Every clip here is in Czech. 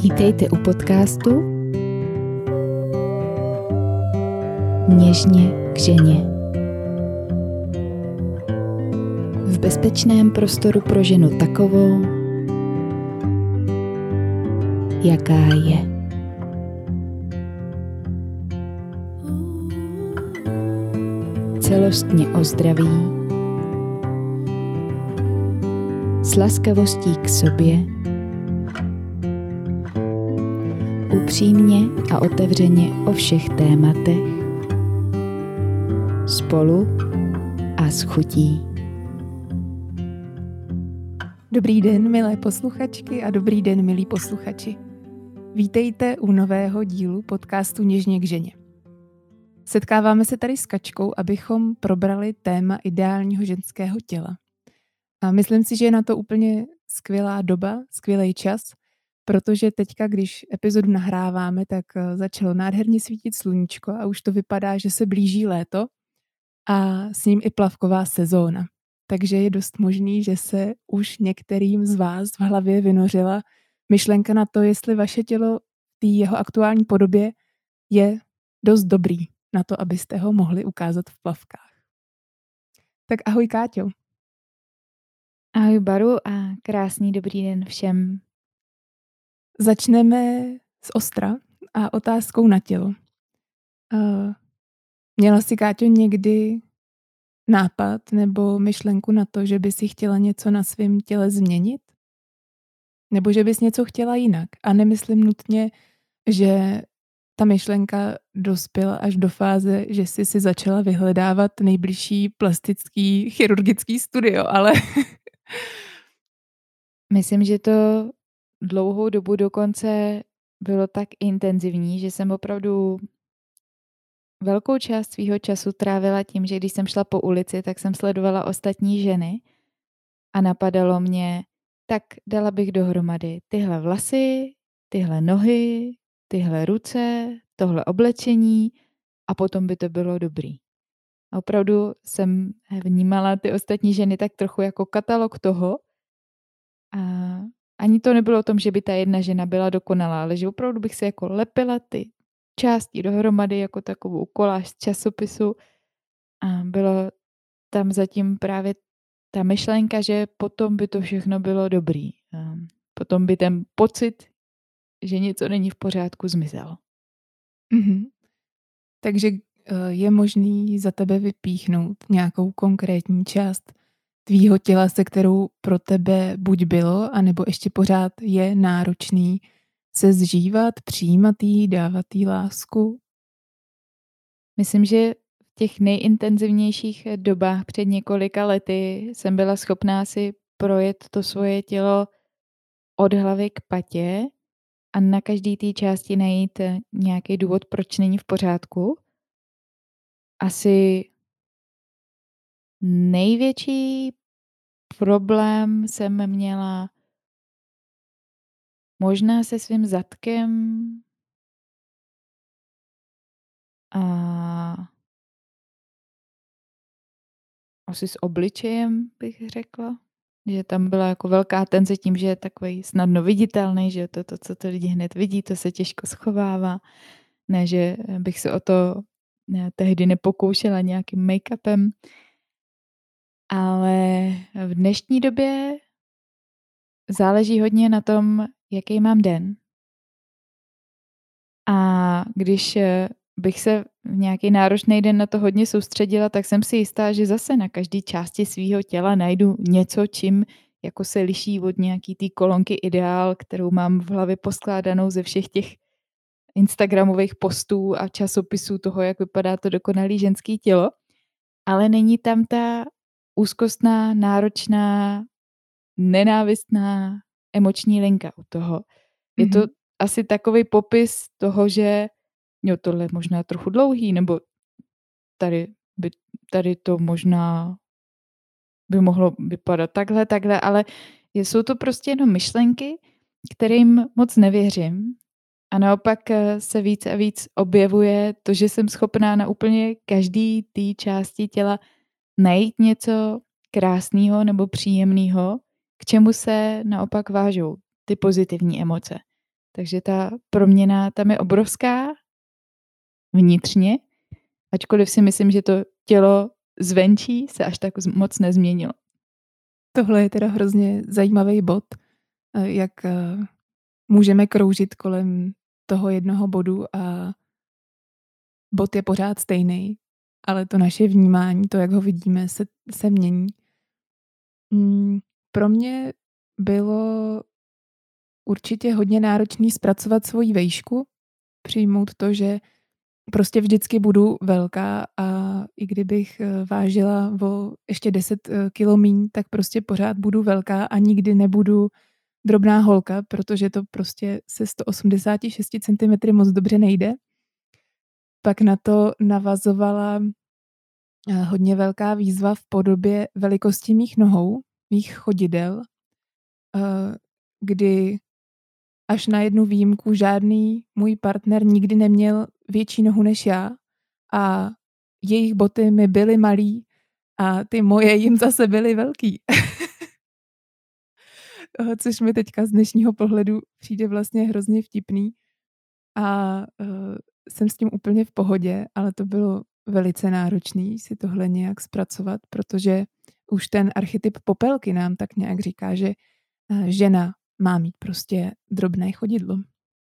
Vítejte u podcastu Něžně k ženě. V bezpečném prostoru pro ženu takovou, jaká je. Celostně o zdraví, s laskavostí k sobě, upřímně a otevřeně o všech tématech, spolu a s chutí. Dobrý den, milé posluchačky a dobrý den, milí posluchači. Vítejte u nového dílu podcastu Něžně k ženě. Setkáváme se tady s Kačkou, abychom probrali téma ideálního ženského těla. A myslím si, že je na to úplně skvělá doba, skvělý čas, protože teďka, když epizodu nahráváme, tak začalo nádherně svítit sluníčko a už to vypadá, že se blíží léto a s ním i plavková sezóna. Takže je dost možný, že se už některým z vás v hlavě vynořila myšlenka na to, jestli vaše tělo v té jeho aktuální podobě je dost dobrý na to, abyste ho mohli ukázat v plavkách. Tak ahoj, Káťo. Ahoj, Baru, a krásný dobrý den všem. Začneme z ostra a otázkou na tělo. Měla jsi, Káťo, někdy nápad nebo myšlenku na to, že by si chtěla něco na svém těle změnit? Nebo že bys něco chtěla jinak? A nemyslím nutně, že ta myšlenka dospěla až do fáze, že jsi si začala vyhledávat nejbližší plastický chirurgický studio, ale... Myslím, že to dlouhou dobu dokonce bylo tak intenzivní, že jsem opravdu velkou část svýho času trávila tím, že když jsem šla po ulici, tak jsem sledovala ostatní ženy a napadalo mě, tak dala bych dohromady tyhle vlasy, tyhle nohy, tyhle ruce, tohle oblečení a potom by to bylo dobrý. A opravdu jsem vnímala ty ostatní ženy tak trochu jako katalog toho a ani to nebylo o tom, že by ta jedna žena byla dokonalá, ale že opravdu bych se jako lepila ty části dohromady jako takovou koláž z časopisu a bylo tam zatím právě ta myšlenka, že potom by to všechno bylo dobrý. Potom by ten pocit, že něco není v pořádku, zmizel. Takže je možný za tebe vypíchnout nějakou konkrétní část tvýho těla, se kterou pro tebe buď bylo, anebo ještě pořád je náročný se zžívat, přijímat jí, dávat jí lásku? Myslím, že v těch nejintenzivnějších dobách před několika lety jsem byla schopná si projet to svoje tělo od hlavy k patě a na každý té části najít nějaký důvod, proč není v pořádku. Asi největší problém jsem měla možná se svým zadkem a asi s obličejem bych řekla, že tam byla jako velká tenze tím, že je takový snadno viditelný, že to, co to lidi hned vidí, to se těžko schovává. Ne, že bych se o to tehdy nepokoušela nějakým make-upem, ale v dnešní době záleží hodně na tom, jaký mám den. A když bych se v nějaký náročný den na to hodně soustředila, tak jsem si jistá, že zase na každé části svého těla najdu něco, čím jako se liší od nějaký té kolonky ideál, kterou mám v hlavě poskládanou ze všech těch instagramových postů a časopisů toho, jak vypadá to dokonalé ženské tělo. Ale není tam ta úzkostná, náročná, nenávistná emoční linka u toho. Je to asi takový popis toho, že jo, tohle je možná trochu dlouhý, nebo tady to možná by mohlo vypadat takhle, ale jsou to prostě jenom myšlenky, kterým moc nevěřím. A naopak se víc a víc objevuje to, že jsem schopná na úplně každý té části těla najít něco krásného nebo příjemného, k čemu se naopak vážou ty pozitivní emoce. Takže ta proměna tam je obrovská vnitřně, ačkoliv si myslím, že to tělo zvenčí se až tak moc nezměnilo. Tohle je teda hrozně zajímavý bod, jak můžeme kroužit kolem toho jednoho bodu a bod je pořád stejný, ale to naše vnímání, to, jak ho vidíme, se mění. Pro mě bylo určitě hodně náročný zpracovat svoji vejšku, přijmout to, že prostě vždycky budu velká a i kdybych vážila o ještě 10 kilo míň, tak prostě pořád budu velká a nikdy nebudu drobná holka, protože to prostě se 186 centimetry moc dobře nejde. Pak na to navazovala hodně velká výzva v podobě velikosti mých nohou, mých chodidel, kdy až na jednu výjimku žádný můj partner nikdy neměl větší nohu než já a jejich boty mi byly malý a ty moje jim zase byly velký. Což mi teďka z dnešního pohledu přijde vlastně hrozně vtipný a jsem s tím úplně v pohodě, ale to bylo velice náročný si tohle nějak zpracovat, protože už ten archetyp popelky nám tak nějak říká, že žena má mít prostě drobné chodidlo.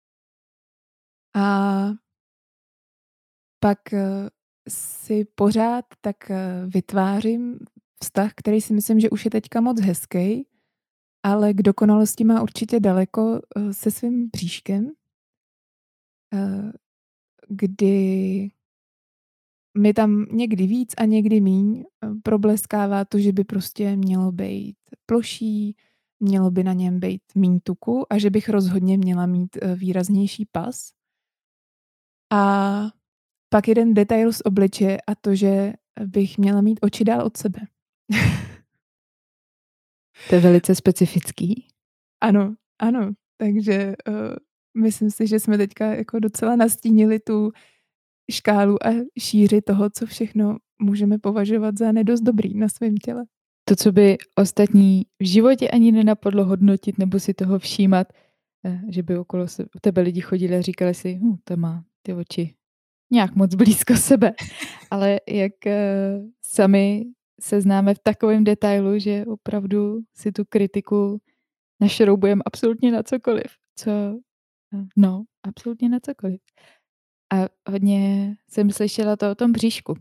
A pak si pořád tak vytvářím vztah, který si myslím, že už je teďka moc hezký, ale k dokonalosti má určitě daleko se svým bříškem, kdy mi tam někdy víc a někdy míň probleskává to, že by prostě mělo být ploší, mělo by na něm být míň tuku a že bych rozhodně měla mít výraznější pas. A pak jeden detail z obličeje a to, že bych měla mít oči dál od sebe. To je velice specifický. Ano, ano. Takže myslím si, že jsme teďka jako docela nastínili tu škálu a šíři toho, co všechno můžeme považovat za nedost dobrý na svém těle. To, co by ostatní v životě ani nenapadlo hodnotit nebo si toho všímat, že by okolo tebe lidi chodili a říkali si, to má ty oči nějak moc blízko sebe. Ale jak sami se známe v takovém detailu, že opravdu si tu kritiku našroubujeme absolutně na cokoliv. Absolutně na cokoliv. A hodně jsem slyšela to o tom bříšku.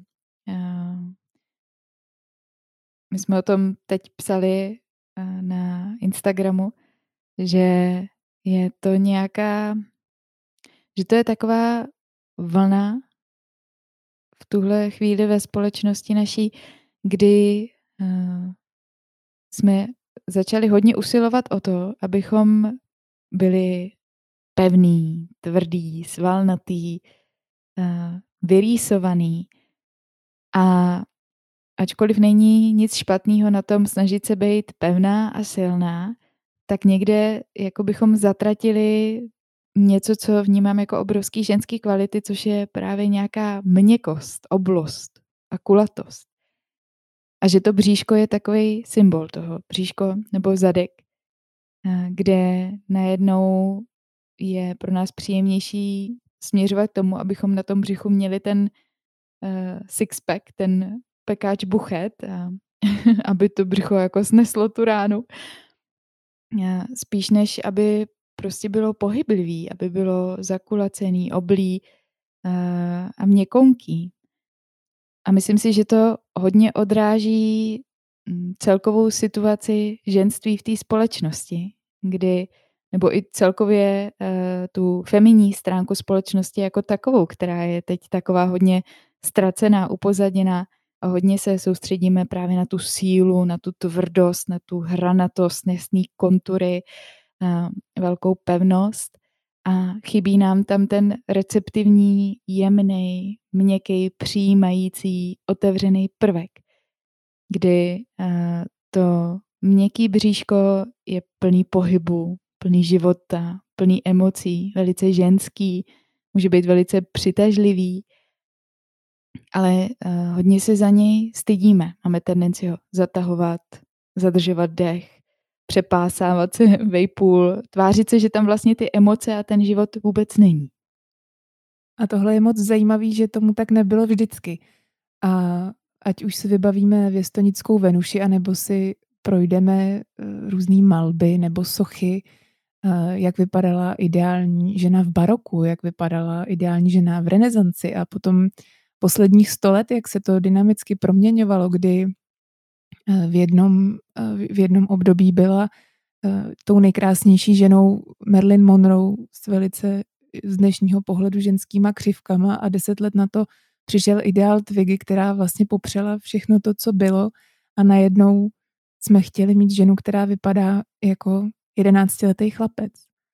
My jsme o tom teď psali na Instagramu, že je to že to je taková vlna v tuhle chvíli ve společnosti naší, kdy jsme začali hodně usilovat o to, abychom byli pevný, tvrdý, svalnatý, vyrýsovaný. A ačkoliv není nic špatného na tom snažit se být pevná a silná, tak někde jako bychom zatratili něco, co vnímám jako obrovský ženský kvality, což je právě nějaká měkkost, oblost a kulatost. A že to bříško je takový symbol toho, bříško nebo zadek, kde najednou je pro nás příjemnější směřovat k tomu, abychom na tom břichu měli ten sixpack, ten pekáč buchet, aby to břicho jako sneslo tu ránu. Spíš než aby prostě bylo pohyblivý, aby bylo zakulacený, oblý a měkonký. A myslím si, že to hodně odráží celkovou situaci ženství v té společnosti, nebo i celkově tu feminní stránku společnosti jako takovou, která je teď taková hodně ztracená, upozaděná a hodně se soustředíme právě na tu sílu, na tu tvrdost, na tu hranatost, nesný kontury, velkou pevnost a chybí nám tam ten receptivní, jemnej, měkký, přijímající, otevřený prvek, kdy to měkký bříško je plný pohybu, plný života, plný emocí, velice ženský, může být velice přitažlivý, ale hodně se za něj stydíme. Máme tendenci ho zatahovat, zadržovat dech, přepásávat se vejpůl, tvářit se, že tam vlastně ty emoce a ten život vůbec není. A tohle je moc zajímavý, že tomu tak nebylo vždycky. A ať už si vybavíme Věstonickou Venuši, anebo si projdeme různý malby nebo sochy, jak vypadala ideální žena v baroku, jak vypadala ideální žena v renesanci a potom posledních 100 let, jak se to dynamicky proměňovalo, kdy v jednom období byla tou nejkrásnější ženou Marilyn Monroe s velice z dnešního pohledu ženskýma křivkama a 10 let na to přišel ideál Twiggy, která vlastně popřela všechno to, co bylo a najednou jsme chtěli mít ženu, která vypadá jako 11letý chlapec.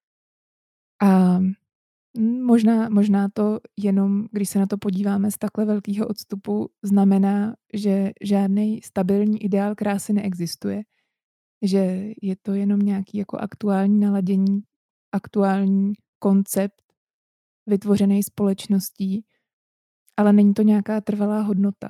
A možná to jenom, když se na to podíváme z takhle velkého odstupu, znamená, že žádný stabilní ideál krásy neexistuje. Že je to jenom nějaký jako aktuální naladění, aktuální koncept vytvořený společností, ale není to nějaká trvalá hodnota.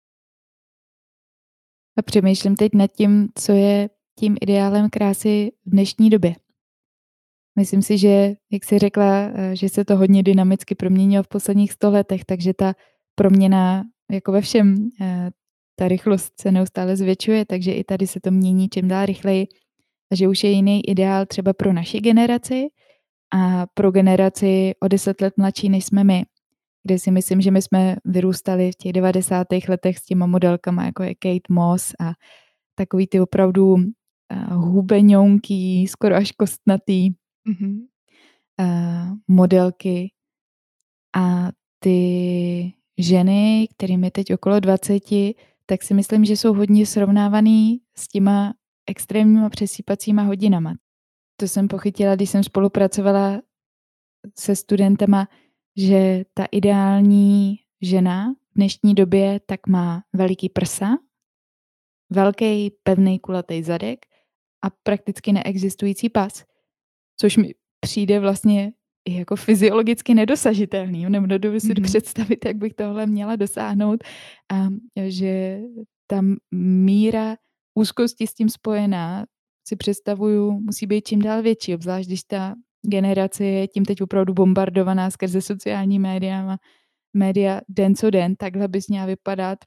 A přemýšlím teď nad tím, co je tím ideálem krásy v dnešní době. Myslím si, že, jak jsi řekla, že se to hodně dynamicky proměnilo v posledních 100 letech, takže ta proměna, jako ve všem, ta rychlost se neustále zvětšuje, takže i tady se to mění čím dál rychleji a že už je jiný ideál třeba pro naši generaci a pro generaci o 10 let mladší, než jsme my, kde si myslím, že my jsme vyrůstali v těch 90. letech s těma modelkama, jako je Kate Moss a takový ty opravdu hubeňounký, skoro až kostnatý Mhm. modelky a ty ženy, kterým je teď okolo 20, tak si myslím, že jsou hodně srovnávaný s těma extrémníma přesýpacíma hodinama. To jsem pochytila, když jsem spolupracovala se studentama, že ta ideální žena v dnešní době tak má veliký prsa, velký pevný kulatý zadek a prakticky neexistující pas, což mi přijde vlastně i jako fyziologicky nedosažitelný. Nedovedu si představit, jak bych tohle měla dosáhnout a že ta míra úzkosti s tím spojená, si představuju, musí být čím dál větší, obzvlášť když ta generace je tím teď opravdu bombardovaná skrze sociální média den co den, takhle bys měla vypadat,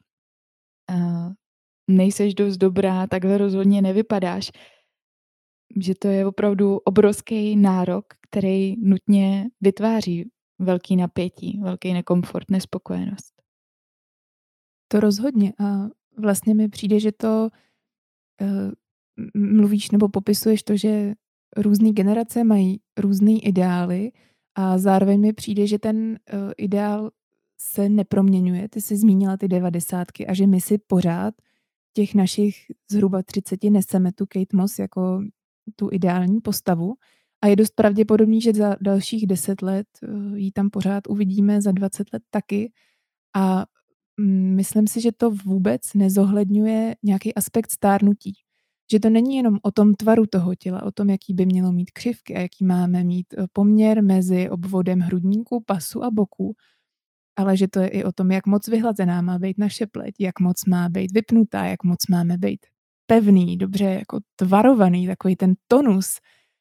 nejseš dost dobrá, takhle rozhodně nevypadáš. Že to je opravdu obrovský nárok, který nutně vytváří velký napětí, velký nekomfort, nespokojenost. To rozhodně a vlastně mi přijde, že to mluvíš nebo popisuješ to, že různé generace mají různý ideály a zároveň mi přijde, že ten ideál se neproměňuje. Ty jsi zmínila ty 90 a že my si pořád těch našich zhruba 30 neseme tu Kate Moss jako tu ideální postavu a je dost pravděpodobný, že za dalších 10 let ji tam pořád uvidíme, za 20 let taky a myslím si, že to vůbec nezohledňuje nějaký aspekt stárnutí. Že to není jenom o tom tvaru toho těla, o tom, jaký by mělo mít křivky a jaký máme mít poměr mezi obvodem hrudníku, pasu a boku, ale že to je i o tom, jak moc vyhlazená má být naše pleť, jak moc má být vypnutá, jak moc máme být pevný, dobře jako tvarovaný, takový ten tonus.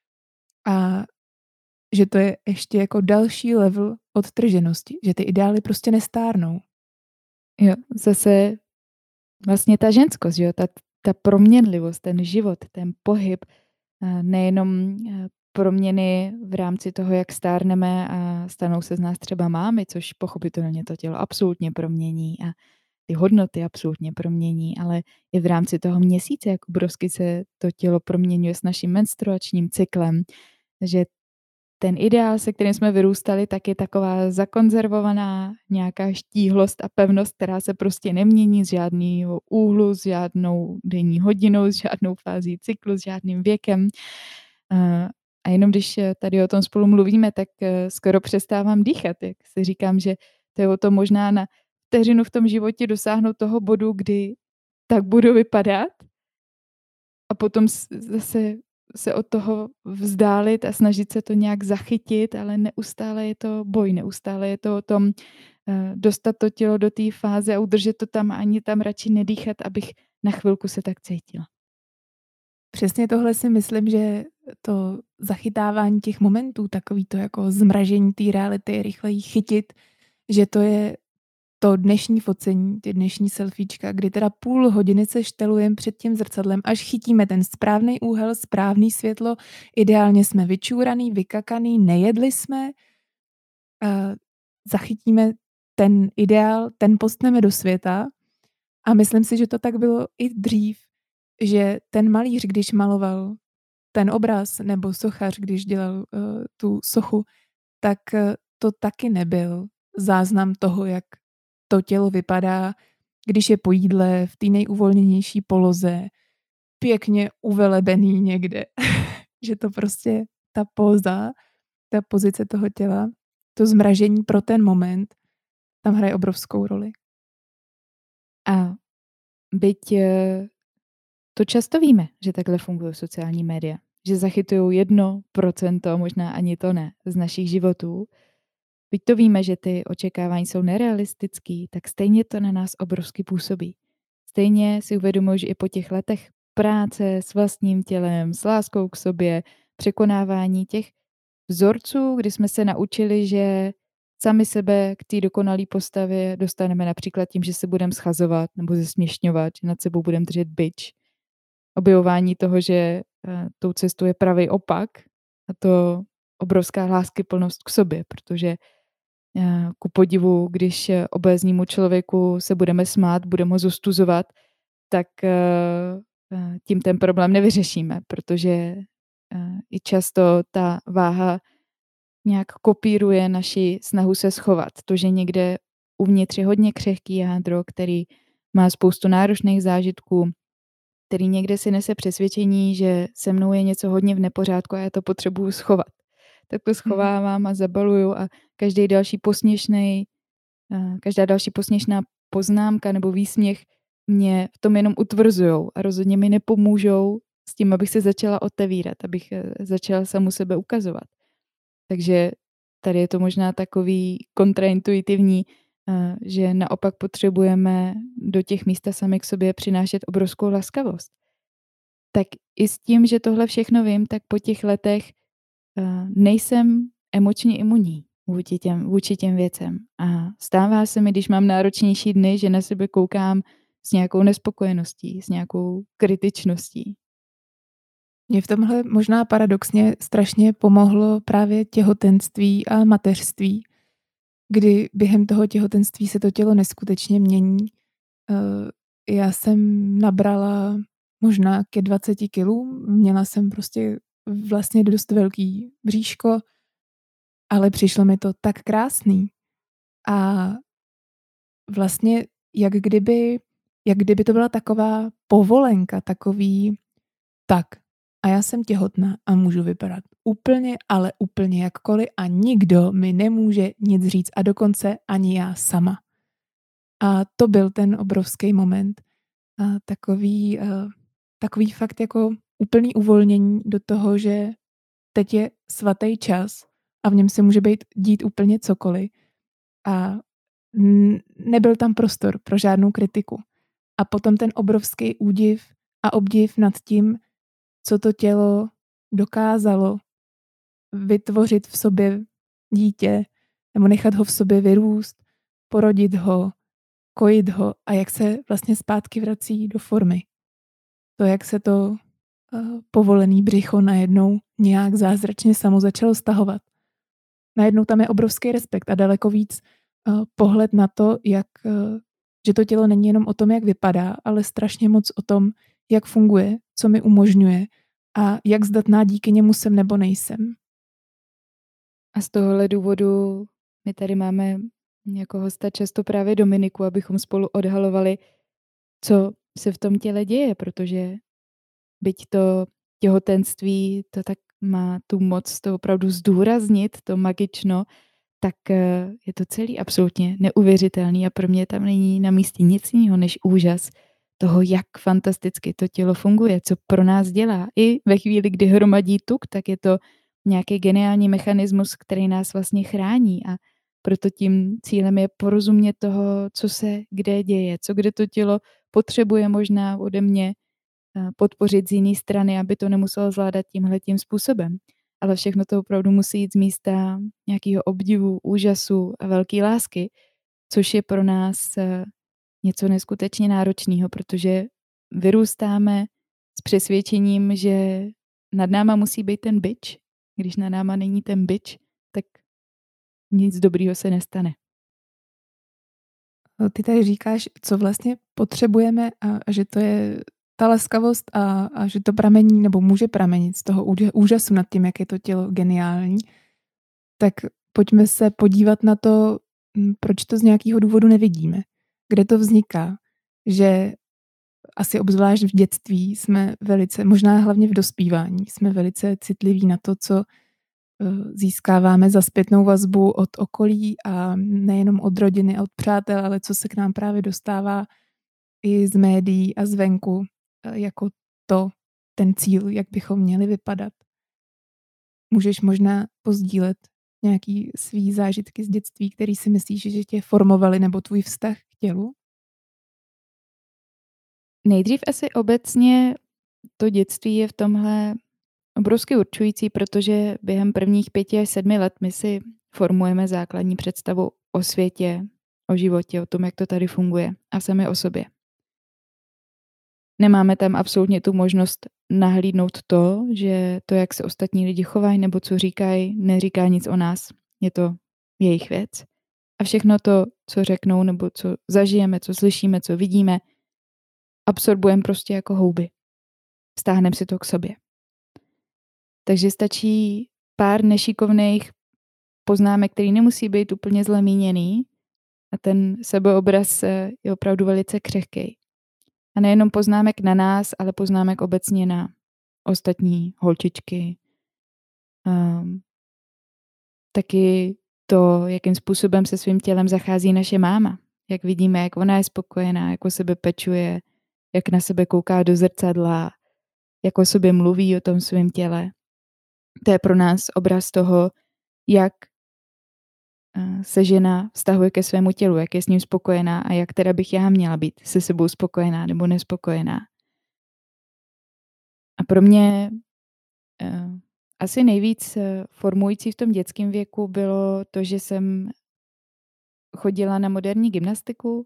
A že to je ještě jako další level odtrženosti, že ty ideály prostě nestárnou. Jo, zase vlastně ta ženskost, jo, ta proměnlivost, ten život, ten pohyb, nejenom proměny v rámci toho, jak stárneme a stanou se z nás třeba mámy, což pochopitelně to tělo absolutně promění a ty hodnoty absolutně promění, ale i v rámci toho měsíce, jak obrovsky se to tělo proměňuje s naším menstruačním cyklem, že ten ideál, se kterým jsme vyrůstali, tak je taková zakonzervovaná nějaká štíhlost a pevnost, která se prostě nemění z žádného úhlu, s žádnou denní hodinou, s žádnou fází cyklu, s žádným věkem. A jenom když tady o tom spolu mluvíme, tak skoro přestávám dýchat, jak si říkám, že to je o tom možná na vteřinu v tom životě dosáhnout toho bodu, kdy tak budu vypadat a potom zase se od toho vzdálit a snažit se to nějak zachytit, ale neustále je to boj, neustále je to o tom dostat to tělo do té fáze a udržet to tam a ani tam radši nedýchat, abych na chvilku se tak cítila. Přesně tohle si myslím, že to zachytávání těch momentů, takový to jako zmražení té reality, rychle ji chytit, že to je to dnešní focení, ty dnešní selfiečka, kdy teda půl hodiny se štelujeme před tím zrcadlem, až chytíme ten správný úhel, správný světlo, ideálně jsme vyčúraný, vykakaný, nejedli jsme, zachytíme ten ideál, ten postneme do světa a myslím si, že to tak bylo i dřív, že ten malíř, když maloval ten obraz nebo sochař, když dělal tu sochu, tak to taky nebyl záznam toho, jak to tělo vypadá, když je po jídle v té nejuvolněnější poloze, pěkně uvelebený někde. Že to prostě ta póza, ta pozice toho těla, to zmražení pro ten moment tam hraje obrovskou roli. A byť to často víme, že takhle fungují sociální média, že zachytují 1%, možná ani to ne, z našich životů. Byť to víme, že ty očekávání jsou nerealistický, tak stejně to na nás obrovsky působí. Stejně si uvědomuji, že i po těch letech práce s vlastním tělem, s láskou k sobě, překonávání těch vzorců, kdy jsme se naučili, že sami sebe k té dokonalé postavě dostaneme například tím, že se budeme schazovat nebo zesměšňovat, že nad sebou budeme držet bič. Objevování toho, že tou cestou je pravý opak a to obrovská láskyplnost k sobě, protože ku podivu, když obéznímu člověku se budeme smát, budeme ho zostuzovat, tak tím ten problém nevyřešíme, protože i často ta váha nějak kopíruje naši snahu se schovat. To, že někde uvnitř je hodně křehký jádro, který má spoustu náročných zážitků, který někde si nese přesvědčení, že se mnou je něco hodně v nepořádku a já to potřebuju schovat. Tak to schovávám a zabaluju a každá další posměšná poznámka nebo výsměch mě v tom jenom utvrzujou a rozhodně mi nepomůžou s tím, abych se začala otevírat, abych začala samu sebe ukazovat. Takže tady je to možná takový kontraintuitivní, že naopak potřebujeme do těch míst sami k sobě přinášet obrovskou laskavost. Tak i s tím, že tohle všechno vím, tak po těch letech nejsem emočně imunní vůči těm věcem. A stává se mi, když mám náročnější dny, že na sebe koukám s nějakou nespokojeností, s nějakou kritičností. Mě v tomhle možná paradoxně strašně pomohlo právě těhotenství a mateřství, kdy během toho těhotenství se to tělo neskutečně mění. Já jsem nabrala možná ke 20 kilům, měla jsem prostě vlastně dost velký bříško, ale přišlo mi to tak krásný. A vlastně jak kdyby to byla taková povolenka, takový tak a já jsem těhotná a můžu vypadat úplně, ale úplně jakkoliv a nikdo mi nemůže nic říct a dokonce ani já sama. A to byl ten obrovský moment. A takový fakt jako úplný uvolnění do toho, že teď je svatý čas a v něm se může dít úplně cokoliv. A nebyl tam prostor pro žádnou kritiku. A potom ten obrovský údiv a obdiv nad tím, co to tělo dokázalo vytvořit v sobě dítě, nebo nechat ho v sobě vyrůst, porodit ho, kojit ho a jak se vlastně zpátky vrací do formy. To, jak se to povolený břicho najednou nějak zázračně samo začalo stahovat. Najednou tam je obrovský respekt a daleko víc pohled na to, že to tělo není jenom o tom, jak vypadá, ale strašně moc o tom, jak funguje, co mi umožňuje a jak zdatná díky němu jsem nebo nejsem. A z tohohle důvodu my tady máme jako hosta často právě Dominiku, abychom spolu odhalovali, co se v tom těle děje, protože byť to těhotenství to tak má tu moc to opravdu zdůraznit, to magično, tak je to celý absolutně neuvěřitelný a pro mě tam není na místě nic jiného než úžas toho, jak fantasticky to tělo funguje, co pro nás dělá. I ve chvíli, kdy hromadí tuk, tak je to nějaký geniální mechanismus, který nás vlastně chrání a proto tím cílem je porozumět toho, co se kde děje, co kde to tělo potřebuje možná ode mě, podpořit z jiné strany, aby to nemuselo zvládat tímhletím způsobem. Ale všechno to opravdu musí jít z místa nějakého obdivu, úžasu a velké lásky, což je pro nás něco neskutečně náročného, protože vyrůstáme s přesvědčením, že nad náma musí být ten bič. Když nad náma není ten bič, tak nic dobrýho se nestane. Ty tady říkáš, co vlastně potřebujeme a že to je ta laskavost a že to pramení nebo může pramenit z toho úžasu nad tím, jak je to tělo geniální. Tak pojďme se podívat na to, proč to z nějakého důvodu nevidíme. Kde to vzniká? Že asi obzvlášť v dětství jsme velice, možná hlavně v dospívání, jsme velice citliví na to, co získáváme za zpětnou vazbu od okolí a nejenom od rodiny a od přátel, ale co se k nám právě dostává i z médií a zvenku, jako ten cíl, jak bychom měli vypadat. Můžeš možná pozdílet nějaký svý zážitky z dětství, který si myslíš, že tě formovaly, nebo tvůj vztah k tělu? Nejdřív asi obecně to dětství je v tomhle obrovsky určující, protože během prvních 5 až 7 let my si formujeme základní představu o světě, o životě, o tom, jak to tady funguje a sami o sobě. Nemáme tam absolutně tu možnost nahlídnout to, že to, jak se ostatní lidi chovají nebo co říkají, neříká nic o nás. Je to jejich věc. A všechno to, co řeknou nebo co zažijeme, co slyšíme, co vidíme, absorbujeme prostě jako houby. Stáhneme si to k sobě. Takže stačí pár nešikovných poznámek, který nemusí být úplně zle míněný a ten sebeobraz je opravdu velice křehkej. A nejenom poznámek na nás, ale poznámek obecně na ostatní holčičky. Taky to, jakým způsobem se svým tělem zachází naše máma. Jak vidíme, jak ona je spokojená, jak o sebe pečuje, jak na sebe kouká do zrcadla, jak o sobě mluví o tom svém těle. To je pro nás obraz toho, jak se žena vztahuje ke svému tělu, jak je s ním spokojená a jak teda bych já měla být se sebou spokojená nebo nespokojená. A pro mě asi nejvíc formující v tom dětském věku bylo to, že jsem chodila na moderní gymnastiku,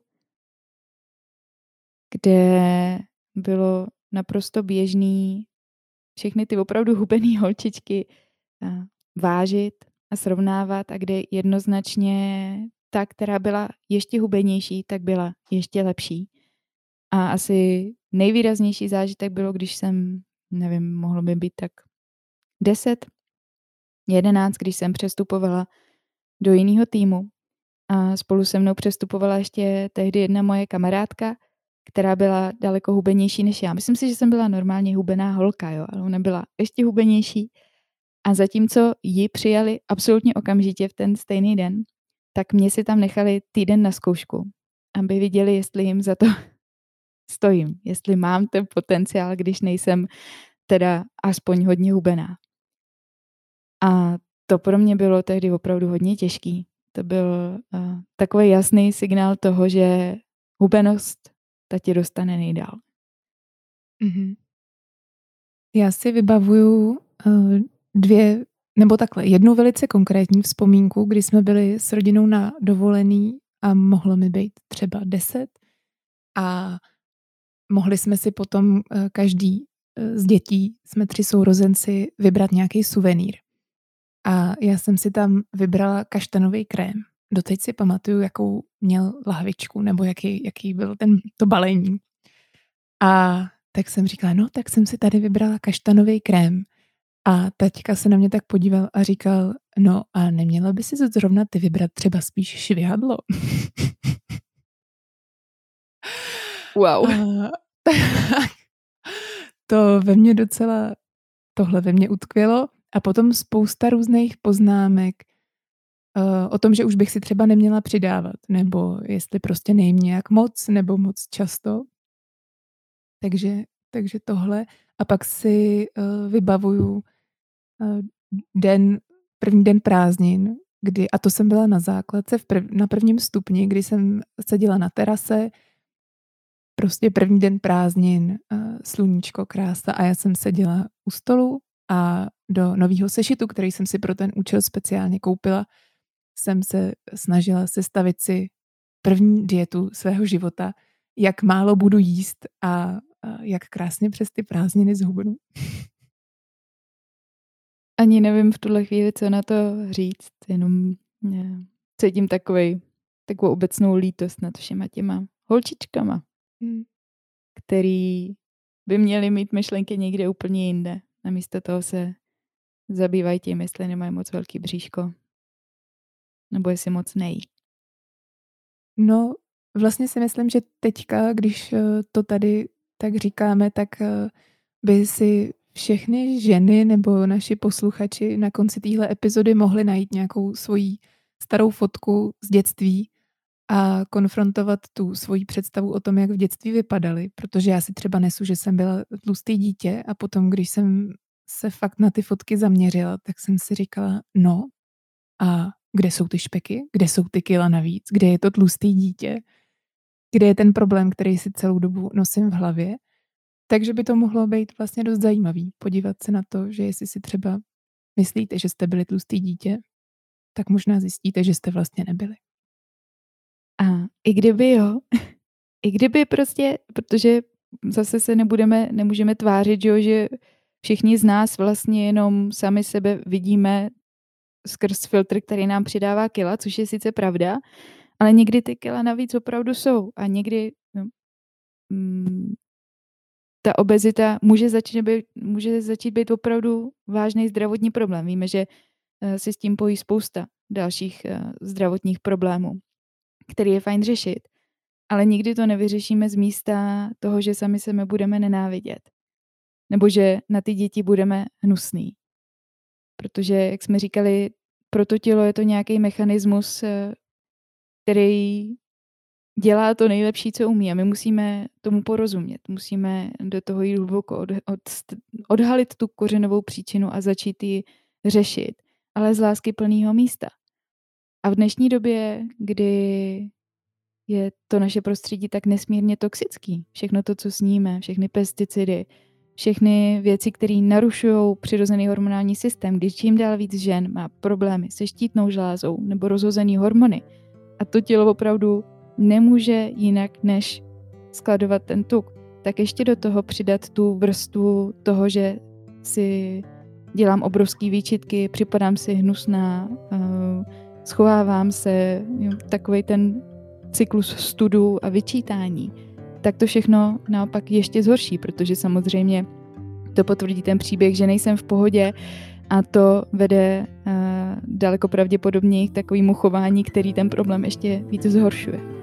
kde bylo naprosto běžný všechny ty opravdu hubený holčičky vážit a srovnávat a kde jednoznačně ta, která byla ještě hubenější, tak byla ještě lepší. A asi nejvýraznější zážitek bylo, když jsem, nevím, mohlo by být tak 10, 11, když jsem přestupovala do jiného týmu a spolu se mnou přestupovala ještě tehdy jedna moje kamarádka, která byla daleko hubenější než já. Myslím si, že jsem byla normálně hubená holka, jo, ale ona byla ještě hubenější. A zatímco ji přijali absolutně okamžitě v ten stejný den, tak mě si tam nechali týden na zkoušku, aby viděli, jestli jim za to stojím, jestli mám ten potenciál, když nejsem teda aspoň hodně hubená. A to pro mě bylo tehdy opravdu hodně těžký. To byl takový jasný signál toho, že hubenost ta tě dostane nejdál. Mm-hmm. Já si vybavuju jednu velice konkrétní vzpomínku, kdy jsme byli s rodinou na dovolený a mohlo mi být třeba 10 a mohli jsme si potom každý z dětí, jsme 3 sourozenci, vybrat nějaký suvenýr. A já jsem si tam vybrala kaštanový krém. Doteď si pamatuju, jakou měl lahvičku, nebo jaký byl to balení. A tak jsem říkala, no tak jsem si tady vybrala kaštanový krém. A taťka se na mě tak podíval a říkal, no a neměla by si zrovna ty vybrat třeba spíš švihadlo? Wow. Tohle ve mně utkvělo a potom spousta různých poznámek o tom, že už bych si třeba neměla přidávat, nebo jestli prostě nejím nějak moc, nebo moc často. Takže tohle. A pak si vybavuju první den prázdnin, a to jsem byla na základce na 1. stupni, kdy jsem seděla na terase, prostě první den prázdnin, sluníčko, krása a já jsem seděla u stolu a do novýho sešitu, který jsem si pro ten účel speciálně koupila, jsem se snažila sestavit si první dietu svého života, jak málo budu jíst a jak krásně přes ty prázdniny zhubnu. Ani nevím v tuhle chvíli, co na to říct, jenom cítím takovou obecnou lítost nad všema těma holčičkama, který by měli mít myšlenky někde úplně jinde. Namísto toho se zabývají tím, jestli nemají moc velký bříško. Nebo jestli moc nejí. No, vlastně si myslím, že teďka, když to tady tak říkáme, tak by si všechny ženy nebo naši posluchači na konci téhle epizody mohli najít nějakou svoji starou fotku z dětství a konfrontovat tu svoji představu o tom, jak v dětství vypadaly, protože já si třeba nesu, že jsem byla tlustý dítě a potom, když jsem se fakt na ty fotky zaměřila, tak jsem si říkala, no a kde jsou ty špeky? Kde jsou ty kila navíc? Kde je to tlustý dítě? Kde je ten problém, který si celou dobu nosím v hlavě? Takže by to mohlo být vlastně dost zajímavý podívat se na to, že jestli si třeba myslíte, že jste byli tlustý dítě, tak možná zjistíte, že jste vlastně nebyli. A i kdyby jo, i kdyby prostě, protože zase se nemůžeme tvářit, že všichni z nás vlastně jenom sami sebe vidíme skrz filtr, který nám přidává kila, což je sice pravda, ale někdy ty kila navíc opravdu jsou a někdy ta obezita může začít být opravdu vážný zdravotní problém. Víme, že se s tím pojí spousta dalších zdravotních problémů, který je fajn řešit, ale nikdy to nevyřešíme z místa toho, že sami sebe budeme nenávidět. Nebo že na ty děti budeme hnusný. Protože, jak jsme říkali, pro to tělo je to nějaký mechanismus, který dělá to nejlepší, co umí a my musíme tomu porozumět. Musíme do toho jít hluboko, odhalit tu kořenovou příčinu a začít ji řešit, ale z lásky plného místa. A v dnešní době, kdy je to naše prostředí tak nesmírně toxický, všechno to, co sníme, všechny pesticidy, všechny věci, které narušují přirozený hormonální systém, když čím dál víc žen má problémy se štítnou žlázou nebo rozhozený hormony a to tělo opravdu nemůže jinak než skladovat ten tuk, tak ještě do toho přidat tu vrstvu toho, že si dělám obrovský výčitky, připadám si hnusná, schovávám se, takovej ten cyklus studu a vyčítání, tak to všechno naopak ještě zhorší, protože samozřejmě to potvrdí ten příběh, že nejsem v pohodě a to vede daleko pravděpodobněji k takovému chování, který ten problém ještě víc zhoršuje.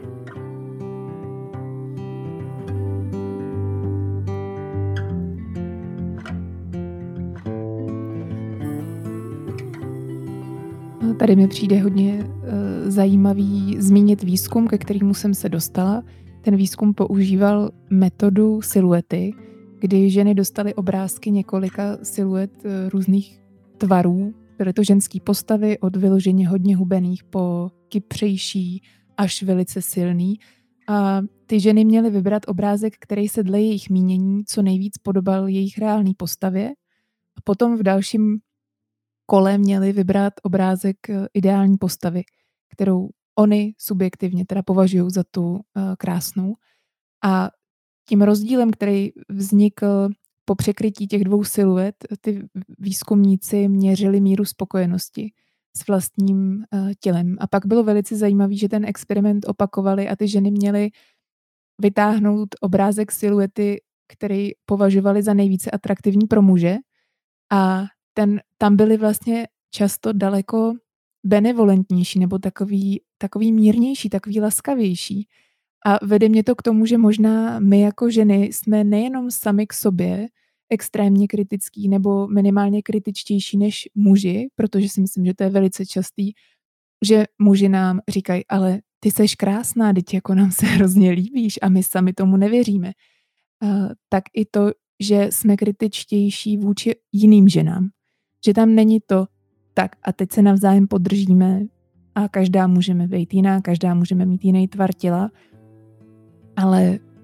Tady mi přijde hodně zajímavý zmínit výzkum, ke kterému jsem se dostala. Ten výzkum používal metodu siluety, kdy ženy dostaly obrázky několika siluet různých tvarů. Byly to ženské postavy od vyloženě hodně hubených po kypřejší až velice silný. A ty ženy měly vybrat obrázek, který se dle jejich mínění co nejvíc podobal jejich reálné postavě. A potom v dalším kole měli vybrat obrázek ideální postavy, kterou oni subjektivně teda považují za tu krásnou. A tím rozdílem, který vznikl po překrytí těch dvou siluet, ty výzkumníci měřili míru spokojenosti s vlastním tělem. A pak bylo velice zajímavé, že ten experiment opakovali a ty ženy měly vytáhnout obrázek siluety, který považovali za nejvíce atraktivní pro muže a tam byly vlastně často daleko benevolentnější nebo takový mírnější, takový laskavější. A vede mě to k tomu, že možná my jako ženy jsme nejenom sami k sobě extrémně kritický nebo minimálně kritičtější než muži, protože si myslím, že to je velice častý, že muži nám říkají, ale ty seš krásná, teď jako nám se hrozně líbíš a my sami tomu nevěříme. Tak i to, že jsme kritičtější vůči jiným ženám. Že tam není to tak a teď se navzájem podržíme a každá můžeme být jiná, každá můžeme mít jiný tvar těla, ale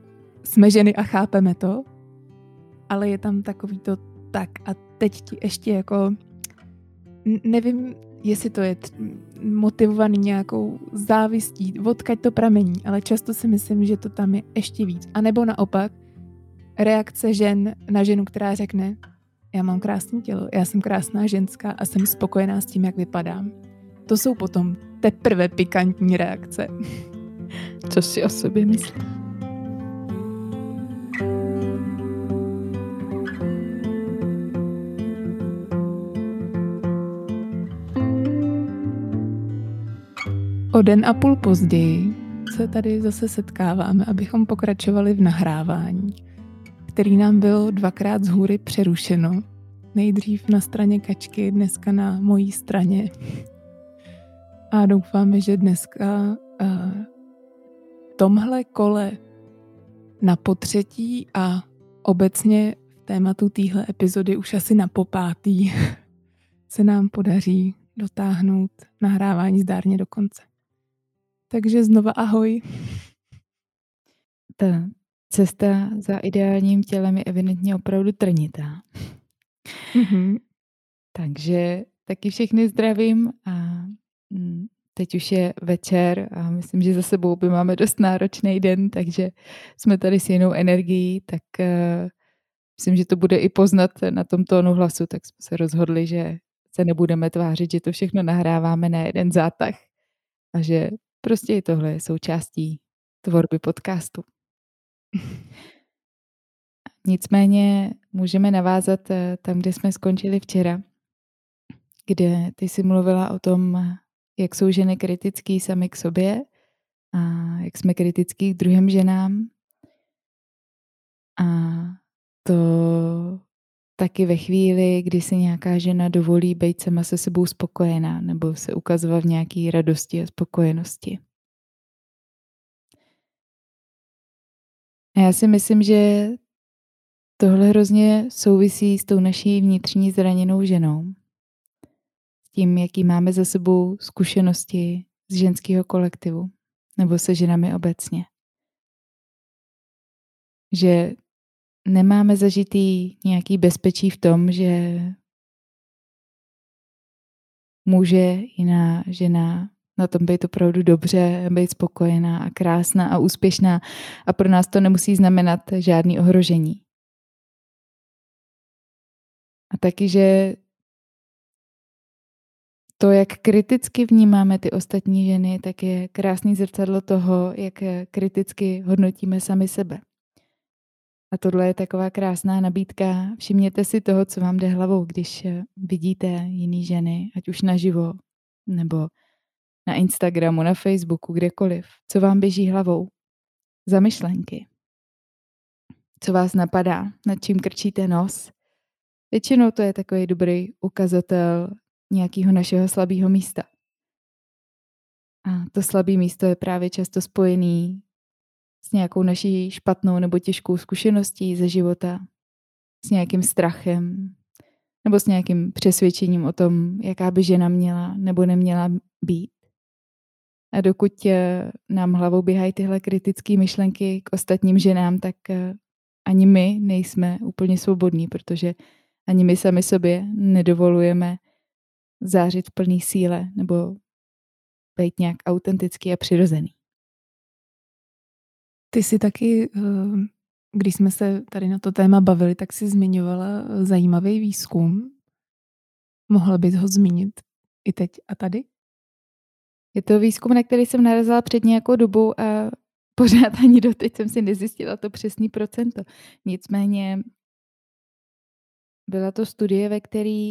jsme ženy a chápeme to, ale je tam takový to tak a teď ti ještě jako nevím, jestli to je motivovaný nějakou závistí, odkud to pramení, ale často si myslím, že to tam je ještě víc. A nebo naopak reakce žen na ženu, která řekne, já mám krásné tělo, já jsem krásná ženská a jsem spokojená s tím, jak vypadám. To jsou potom teprve pikantní reakce. Co si o sobě myslím? O den a půl později se tady zase setkáváme, abychom pokračovali v nahrávání, který nám bylo 2krát z hůry přerušeno. Nejdřív na straně Kačky, dneska na mojí straně. A doufáme, že dneska v tomhle kole na potřetí a obecně v tématu téhle epizody už asi na popátý se nám podaří dotáhnout nahrávání zdárně do konce. Takže znova ahoj. Ta cesta za ideálním tělem je evidentně opravdu trnitá. Takže taky všechny zdravím a teď už je večer a myslím, že za sebou máme dost náročný den, takže jsme tady s jinou energií, tak myslím, že to bude i poznat na tom tónu hlasu, tak jsme se rozhodli, že se nebudeme tvářit, že to všechno nahráváme na jeden zátah a že prostě i tohle je součástí tvorby podcastu. Nicméně můžeme navázat tam, kde jsme skončili včera, kde ty jsi mluvila o tom, jak jsou ženy kritický sami k sobě a jak jsme kritický k druhým ženám. A to taky ve chvíli, kdy si nějaká žena dovolí být sama se sebou spokojená nebo se ukazovat v nějaké radosti a spokojenosti. A já si myslím, že tohle hrozně souvisí s tou naší vnitřní zraněnou ženou. S tím, jaký máme za sebou zkušenosti z ženského kolektivu nebo se ženami obecně. Že nemáme zažitý nějaký bezpečí v tom, že může jiná žena na tom být opravdu dobře, být spokojená a krásná a úspěšná a pro nás to nemusí znamenat žádný ohrožení. A taky, že to, jak kriticky vnímáme ty ostatní ženy, tak je krásný zrcadlo toho, jak kriticky hodnotíme sami sebe. A tohle je taková krásná nabídka. Všimněte si toho, co vám jde hlavou, když vidíte jiný ženy, ať už naživo, nebo na Instagramu, na Facebooku, kdekoliv. Co vám běží hlavou? Zamyšlenky. Co vás napadá? Nad čím krčíte nos? Většinou to je takový dobrý ukazatel nějakého našeho slabého místa. A to slabé místo je právě často spojený s nějakou naší špatnou nebo těžkou zkušeností ze života, s nějakým strachem nebo s nějakým přesvědčením o tom, jaká by žena měla nebo neměla být. A dokud nám hlavou běhají tyhle kritické myšlenky k ostatním ženám, tak ani my nejsme úplně svobodní, protože ani my sami sobě nedovolujeme zářit v plný síle nebo být nějak autentický a přirozený. Ty jsi taky, když jsme se tady na to téma bavili, tak jsi zmiňovala zajímavý výzkum. Mohla bys ho zmínit i teď a tady? Je to výzkum, na který jsem narazila před nějakou dobou a pořád ani doteď jsem si nezjistila to přesné procento. Nicméně byla to studie, ve které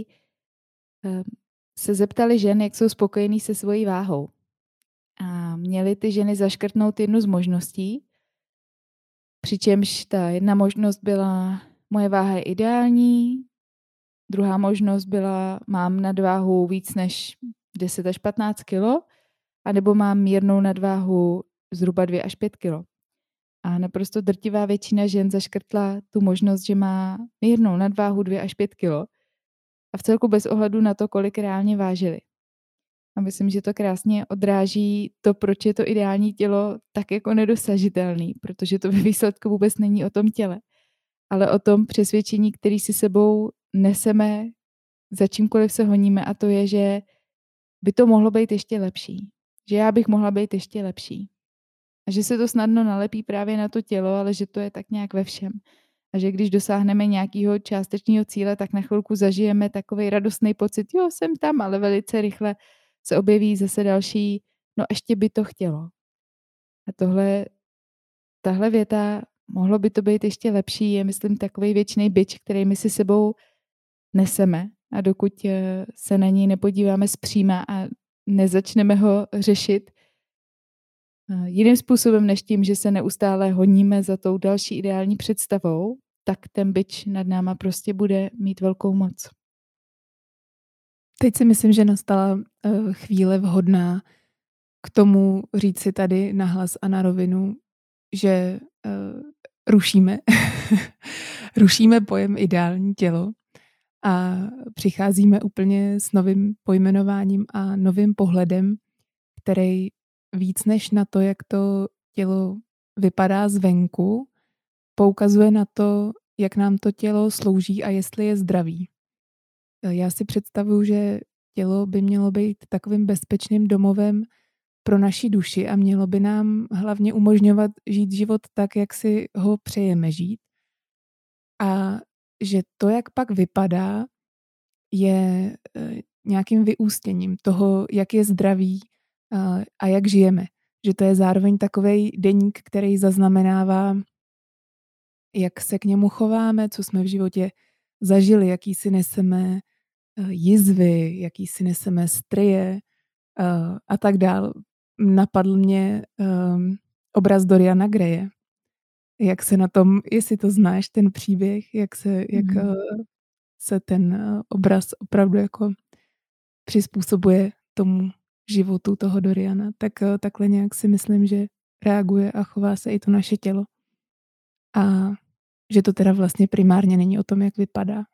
se zeptali žen, jak jsou spokojení se svojí váhou. A měly ty ženy zaškrtnout jednu z možností, přičemž ta jedna možnost byla moje váha je ideální, druhá možnost byla mám nadváhu víc než 10 až 15 kilo, anebo mám mírnou nadváhu zhruba 2 až 5 kilo. A naprosto drtivá většina žen zaškrtla tu možnost, že má mírnou nadváhu 2 až 5 kilo a v celku bez ohledu na to, kolik reálně vážily. A myslím, že to krásně odráží to, proč je to ideální tělo tak jako nedosažitelný, protože to ve výsledku vůbec není o tom těle, ale o tom přesvědčení, který si sebou neseme, za čímkoliv se honíme, a to je, že by to mohlo být ještě lepší. Že já bych mohla být ještě lepší. A že se to snadno nalepí právě na to tělo, ale že to je tak nějak ve všem. A že když dosáhneme nějakého částečného cíle, tak na chvilku zažijeme takový radostný pocit, jo, jsem tam, ale velice rychle se objeví zase další, no ještě by to chtělo. A tahle věta, mohlo by to být ještě lepší, je, myslím, takový věčný bič, který my si sebou neseme. A dokud se na něj nepodíváme zpříma a nezačneme ho řešit jiným způsobem než tím, že se neustále honíme za tou další ideální představou, tak ten bič nad náma prostě bude mít velkou moc. Teď si myslím, že nastala chvíle vhodná k tomu říct si tady nahlas a na rovinu, že rušíme. Rušíme pojem ideální tělo a přicházíme úplně s novým pojmenováním a novým pohledem, který víc než na to, jak to tělo vypadá zvenku, poukazuje na to, jak nám to tělo slouží a jestli je zdravý. Já si představuju, že tělo by mělo být takovým bezpečným domovem pro naši duši a mělo by nám hlavně umožňovat žít život tak, jak si ho přejeme žít. A že to, jak pak vypadá, je nějakým vyústěním toho, jak je zdravý a jak žijeme. Že to je zároveň takovej deník, který zaznamenává, jak se k němu chováme, co jsme v životě zažili, jaký si neseme jizvy, jaký si neseme stryje a tak dál. Napadl mě obraz Doriana Graye. Jak se na tom, jestli to znáš, ten příběh, jak se ten obraz opravdu jako přizpůsobuje tomu životu toho Doriana, tak takhle nějak si myslím, že reaguje a chová se i to naše tělo. A že to teda vlastně primárně není o tom, jak vypadá.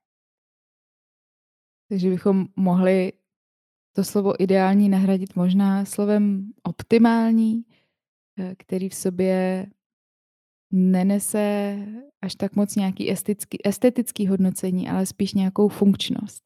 Takže bychom mohli to slovo ideální nahradit možná slovem optimální, který v sobě nenese až tak moc nějaký estetický hodnocení, ale spíš nějakou funkčnost.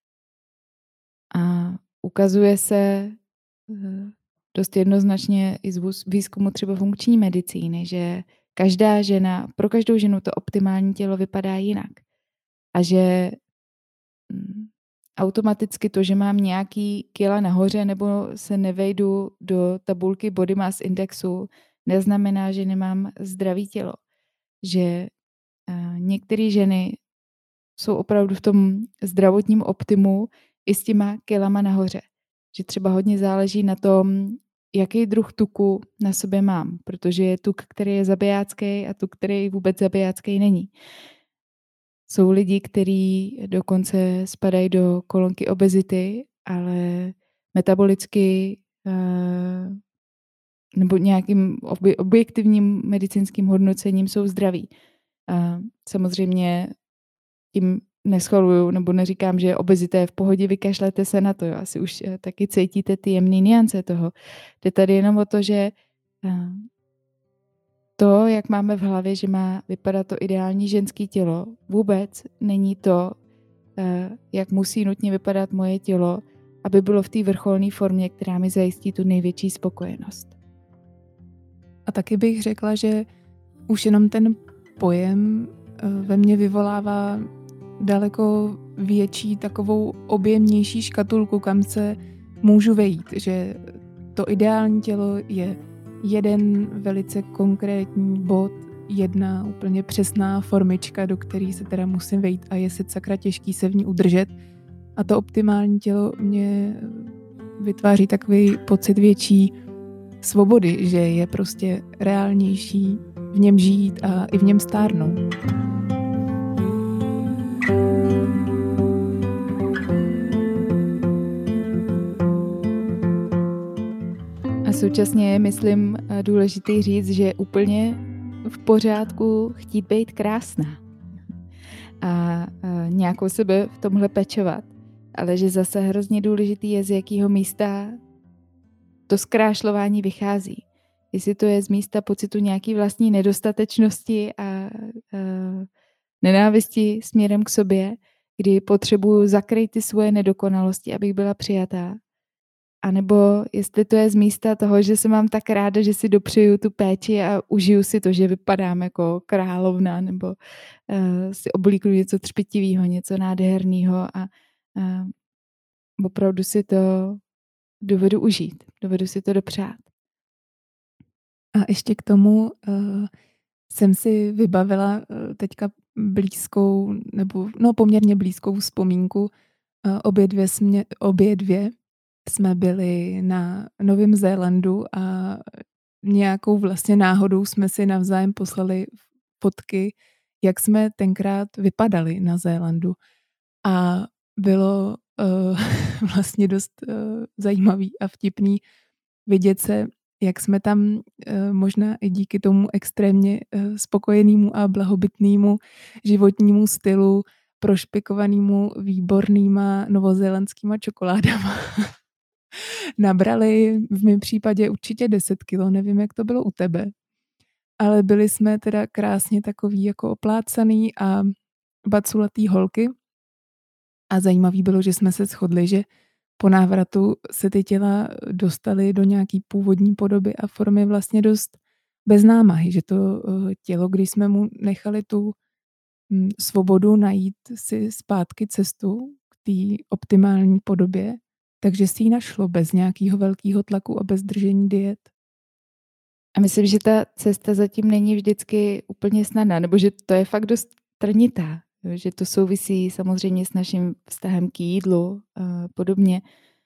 A ukazuje se dost jednoznačně i z výzkumu třeba funkční medicíny, že pro každou ženu to optimální tělo vypadá jinak. A že automaticky to, že mám nějaký kila nahoře nebo se nevejdu do tabulky Body Mass Indexu, neznamená, že nemám zdravý tělo. Že některé ženy jsou opravdu v tom zdravotním optimu i s těma kilama nahoře. Že třeba hodně záleží na tom, jaký druh tuku na sobě mám, protože je tuk, který je zabijácký a tuk, který vůbec zabijácký není. Jsou lidi, kteří dokonce spadají do kolonky obezity, ale metabolicky nebo nějakým objektivním medicínským hodnocením jsou zdraví. Samozřejmě tím neschvaluju nebo neříkám, že obezita je v pohodě, vykašlete se na to. Jo. Asi už taky cítíte ty jemné nuance toho. Jde tady jenom o to, že to, jak máme v hlavě, že má vypadat to ideální ženské tělo, vůbec není to, jak musí nutně vypadat moje tělo, aby bylo v té vrcholné formě, která mi zajistí tu největší spokojenost. A taky bych řekla, že už jenom ten pojem ve mně vyvolává daleko větší, takovou objemnější škatulku, kam se můžu vejít, že to ideální tělo je jeden velice konkrétní bod, jedna úplně přesná formička, do které se teda musím vejít a je sakra těžký se v ní udržet. A to optimální tělo mě vytváří takový pocit větší svobody, že je prostě reálnější v něm žít a i v něm stárnout. A současně je, myslím, důležitý říct, že je úplně v pořádku chtít být krásná a nějakou sebe v tomhle pečovat. ale že zase hrozně důležitý je, z jakého místa to zkrášlování vychází. Jestli to je z místa pocitu nějaký vlastní nedostatečnosti a nenávisti směrem k sobě, kdy potřebuju zakrýt ty svoje nedokonalosti, abych byla přijatá. A nebo jestli to je z místa toho, že se mám tak ráda, že si dopřeju tu péči a užiju si to, že vypadám jako královna, nebo si oblíknu něco třpitivého, něco nádherného a opravdu si to dovedu užít, dovedu si to dopřát. A ještě k tomu jsem si vybavila teďka blízkou, nebo poměrně blízkou vzpomínku. Obě dvě jsme byli na Novém Zélandu a nějakou vlastně náhodou jsme si navzájem poslali fotky, jak jsme tenkrát vypadali na Zélandu. A bylo vlastně dost zajímavý a vtipný vidět se, jak jsme tam možná i díky tomu extrémně spokojenému a blahobytnému životnímu stylu, prošpikovanému výbornýma novozélandskýma čokoládama nabrali v mém případě určitě 10 kilo, nevím, jak to bylo u tebe. Ale byli jsme teda krásně takový jako oplácaný a baculatý holky. A zajímavý bylo, že jsme se shodli, že po návratu se ty těla dostaly do nějaký původní podoby a formy vlastně dost bez námahy, že to tělo, když jsme mu nechali tu svobodu najít si zpátky cestu k té optimální podobě, takže si ji našlo bez nějakého velkého tlaku a bez držení diet. A myslím, že ta cesta zatím není vždycky úplně snadná, nebo že to je fakt dost trnitá, že to souvisí samozřejmě s naším vztahem k jídlu a podobně.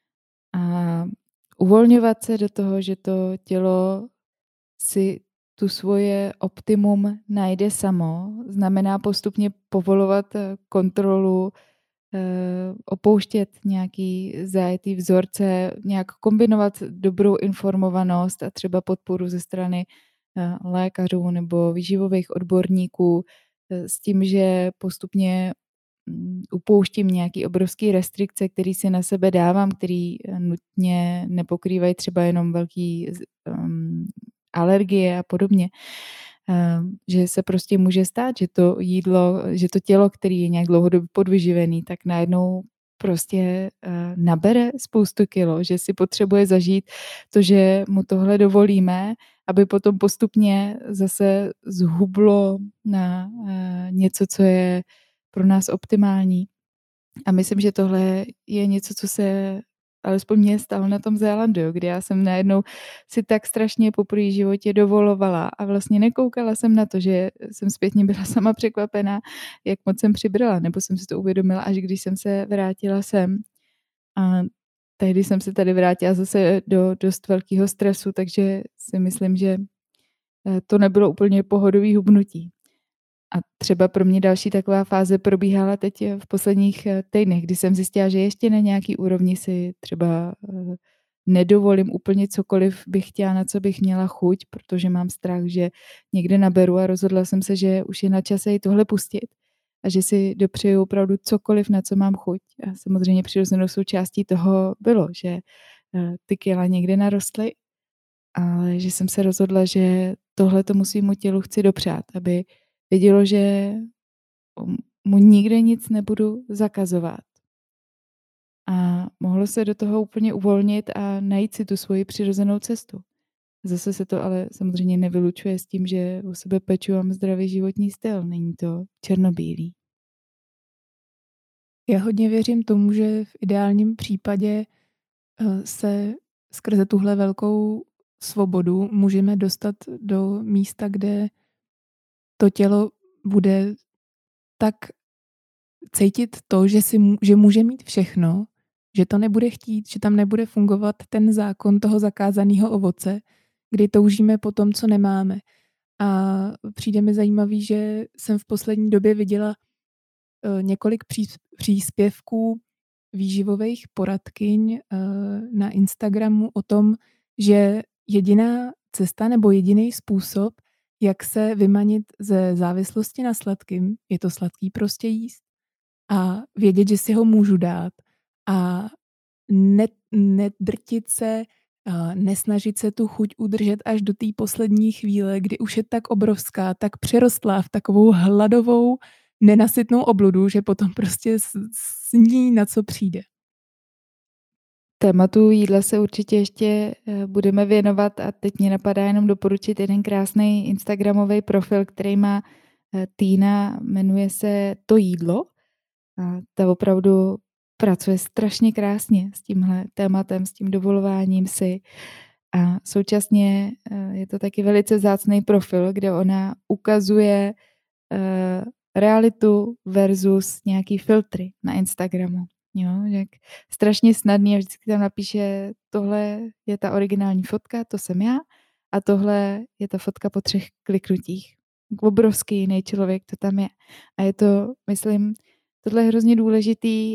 A uvolňovat se do toho, že to tělo si tu svoje optimum najde samo, znamená postupně povolovat kontrolu, opouštět nějaký zajetý vzorce, nějak kombinovat dobrou informovanost a třeba podporu ze strany lékařů nebo výživových odborníků s tím, že postupně upouštím nějaký obrovský restrikce, který si na sebe dávám, který nutně nepokrývají třeba jenom velký alergie a podobně. Že se prostě může stát, že to jídlo, že to tělo, který je nějak dlouhodobě podvyživený, tak najednou prostě nabere spoustu kilo, že si potřebuje zažít to, že mu tohle dovolíme, aby potom postupně zase zhublo na něco, co je pro nás optimální. A myslím, že tohle je něco, co se alespoň mně stalo na tom Zélandu, kde já jsem najednou si tak strašně poprvé v životě dovolovala a vlastně nekoukala jsem na to, že jsem zpětně byla sama překvapená, jak moc jsem přibrala, nebo jsem si to uvědomila, až když jsem se vrátila sem. A tehdy jsem se tady vrátila zase do dost velkého stresu, takže si myslím, že to nebylo úplně pohodový hubnutí. A třeba pro mě další taková fáze probíhala teď v posledních týdnech, kdy jsem zjistila, že ještě na nějaký úrovni si třeba nedovolím úplně cokoliv bych chtěla, na co bych měla chuť, protože mám strach, že někde naberu a rozhodla jsem se, že už je na čase i tohle pustit a že si dopřeju opravdu cokoliv, na co mám chuť. A samozřejmě přirozenou součástí toho bylo, že ty kila někde narostly, ale že jsem se rozhodla, že tohle tomu svýmu tělu chci dopřát, aby vědělo, že mu nikde nic nebudu zakazovat. A mohlo se do toho úplně uvolnit a najít si tu svoji přirozenou cestu. Zase se to ale samozřejmě nevylučuje s tím, že o sebe peču a mám zdravý životní styl. Není to černobílý. Já hodně věřím tomu, že v ideálním případě se skrze tuhle velkou svobodu můžeme dostat do místa, kde to tělo bude tak cítit to, že může mít všechno, že to nebude chtít, že tam nebude fungovat ten zákon toho zakázaného ovoce, kdy toužíme po tom, co nemáme. A přijde mi zajímavý, že jsem v poslední době viděla několik příspěvků výživových poradkyň na Instagramu o tom, že jediná cesta nebo jediný způsob, jak se vymanit ze závislosti na sladkým, je to sladký prostě jíst a vědět, že si ho můžu dát a nedrtit se, nesnažit se tu chuť udržet až do té poslední chvíle, kdy už je tak obrovská, tak přerostlá v takovou hladovou, nenasytnou obludu, že potom prostě sní, na co přijde. Tématu jídla se určitě ještě budeme věnovat a teď mě napadá jenom doporučit jeden krásný instagramový profil, který má Týna, jmenuje se To jídlo. A ta opravdu pracuje strašně krásně s tímhle tématem, s tím dovolováním si. A současně je to taky velice vzácný profil, kde ona ukazuje realitu versus nějaký filtry na Instagramu. Jo, jak strašně snadný a vždycky tam napíše, tohle je ta originální fotka, to jsem já a tohle je ta fotka po 3 kliknutích. Obrovský jiný člověk to tam je. A je to, myslím, tohle je hrozně důležitý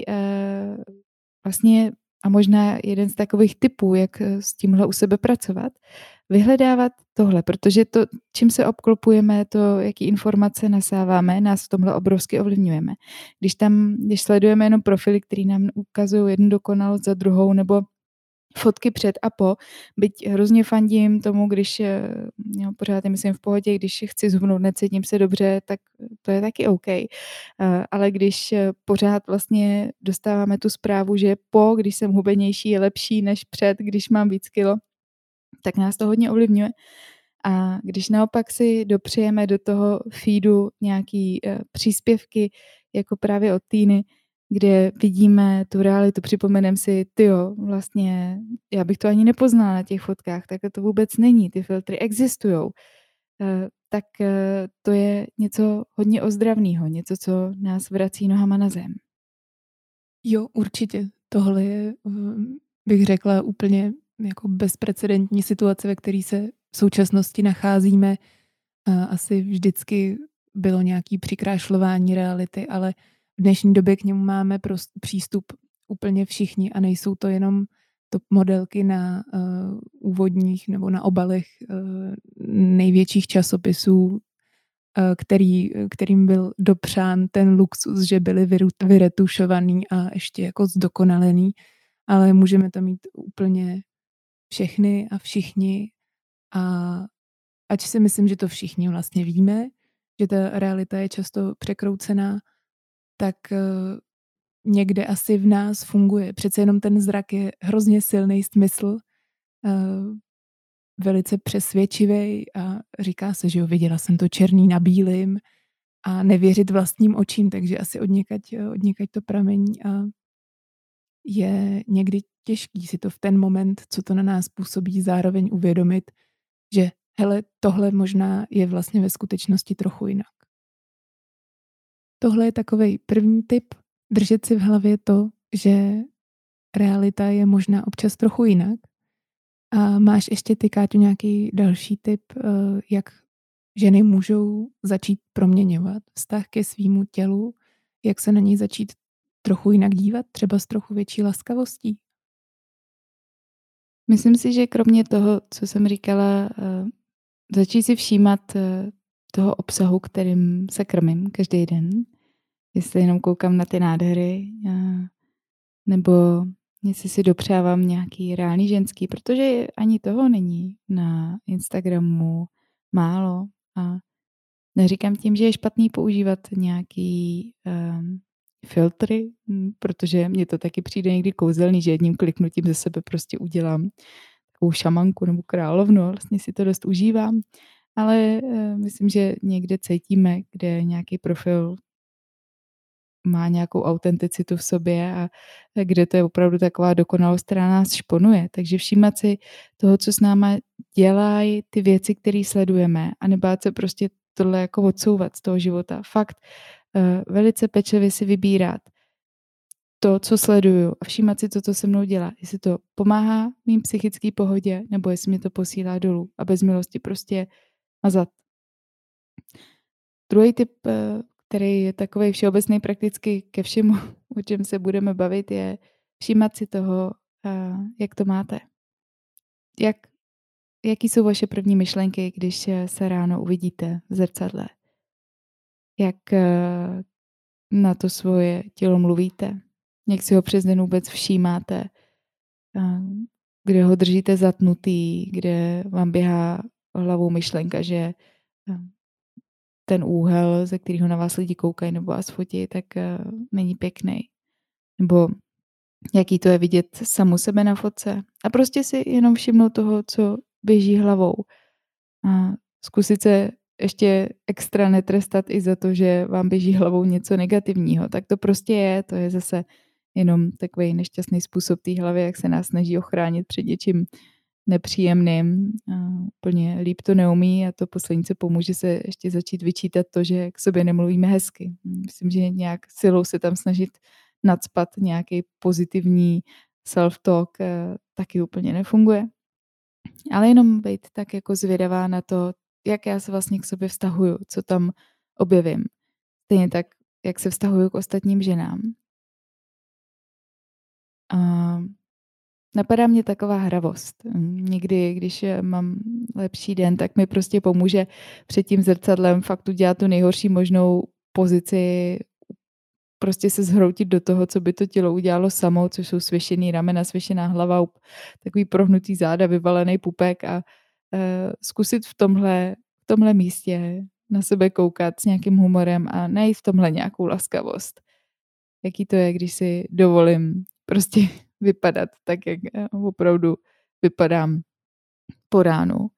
vlastně a možná jeden z takových typů, jak s tímhle u sebe pracovat, vyhledávat tohle, protože to, čím se obklopujeme, to, jaký informace nasáváme, nás v tomhle obrovsky ovlivňujeme. Když sledujeme jenom profily, které nám ukazují jednu dokonalost za druhou, nebo fotky před a po, byť hrozně fandím tomu, když pořád je myslím v pohodě, když chci zhubnout, necítím se dobře, tak to je taky OK. Ale když pořád vlastně dostáváme tu zprávu, že když jsem hubenější, je lepší než před, když mám víc kilo, tak nás to hodně ovlivňuje. A když naopak si dopřejeme do toho feedu nějaký příspěvky, jako právě od Týny, kde vidíme tu realitu, připomeneme si, vlastně já bych to ani nepoznala na těch fotkách, takhle to vůbec není, ty filtry existujou. Tak to je něco hodně ozdravného, něco, co nás vrací nohama na zem. Jo, určitě. Tohle je, bych řekla, úplně jako bezprecedentní situace, ve které se v současnosti nacházíme. Asi vždycky bylo nějaký přikrášlování reality, ale v dnešní době k němu máme přístup úplně všichni a nejsou to jenom top modelky na úvodních nebo na obalech největších časopisů, kterým byl dopřán ten luxus, že byli vyretušovaný a ještě jako zdokonalený, ale můžeme to mít úplně všechny a všichni a ač si myslím, že to všichni vlastně víme, že ta realita je často překroucená, tak někde asi v nás funguje. Přece jenom ten zrak je hrozně silný smysl, velice přesvědčivý a říká se, že jo, viděla jsem to černý na bílým a nevěřit vlastním očím, takže asi odněkať to pramení a je někdy těžký si to v ten moment, co to na nás působí, zároveň uvědomit, že hele, tohle možná je vlastně ve skutečnosti trochu jinak. Tohle je takovej první tip, držet si v hlavě to, že realita je možná občas trochu jinak. A máš ještě ty, Káťo, nějaký další tip, jak ženy můžou začít proměňovat vztah ke svýmu tělu, jak se na něj začít trochu jinak dívat, třeba s trochu větší laskavostí? Myslím si, že kromě toho, co jsem říkala, začít si všímat toho obsahu, kterým se krmím každý den. Jestli jenom koukám na ty nádhery, nebo jestli si dopřávám nějaký reálný ženský, protože ani toho není na Instagramu málo. A neříkám tím, že je špatný používat nějaký filtry, protože mně to taky přijde někdy kouzelný, že jedním kliknutím ze sebe prostě udělám takovou šamanku nebo královnu a vlastně si to dost užívám. Ale myslím, že někde cítíme, kde nějaký profil má nějakou autenticitu v sobě a kde to je opravdu taková dokonalost, která nás šponuje. Takže všímat si toho, co s náma dělají ty věci, které sledujeme a nebát se prostě tohle jako odsouvat z toho života. Fakt velice pečlivě si vybírat to, co sleduju a všímat si to, co se mnou dělá. Jestli to pomáhá mým psychické pohodě, nebo jestli mě to posílá dolů a bez milosti prostě mazat. Druhý tip, který je takový všeobecný prakticky ke všemu, o čem se budeme bavit, je všímat si toho, jak to máte. Jaký jsou vaše první myšlenky, když se ráno uvidíte v zrcadle? Jak na to svoje tělo mluvíte? jak si ho přes den vůbec všímáte, kde ho držíte zatnutý, kde vám běhá hlavou myšlenka, že ten úhel, ze kterého na vás lidi koukají nebo vás fotí, tak není pěkný. Nebo jaký to je vidět samu sebe na fotce. A prostě si jenom všimnout toho, co běží hlavou. A zkusit se ještě extra netrestat i za to, že vám běží hlavou něco negativního. Tak to prostě je, to je zase jenom takový nešťastný způsob té hlavy, jak se nás snaží ochránit před něčím nepříjemným. Úplně líp to neumí a to poslední, co pomůže, se ještě začít vyčítat to, že k sobě nemluvíme hezky. Myslím, že nějak silou se tam snažit nacpat nějaký pozitivní self-talk taky úplně nefunguje. Ale jenom být tak jako zvědavá na to, jak já se vlastně k sobě vztahuju, co tam objevím. Stejně tak, jak se vztahuju k ostatním ženám. A napadá mě taková hravost. Někdy, když mám lepší den, tak mi prostě pomůže před tím zrcadlem fakt udělat tu nejhorší možnou pozici, prostě se zhroutit do toho, co by to tělo udělalo samo, což jsou svěšený ramena, svěšená hlava, takový prohnutý záda, vyvalený pupek a zkusit v tomhle místě na sebe koukat s nějakým humorem a najít v tomhle nějakou laskavost. Jaký to je, když si dovolím prostě vypadat tak, jak opravdu vypadám po ránu.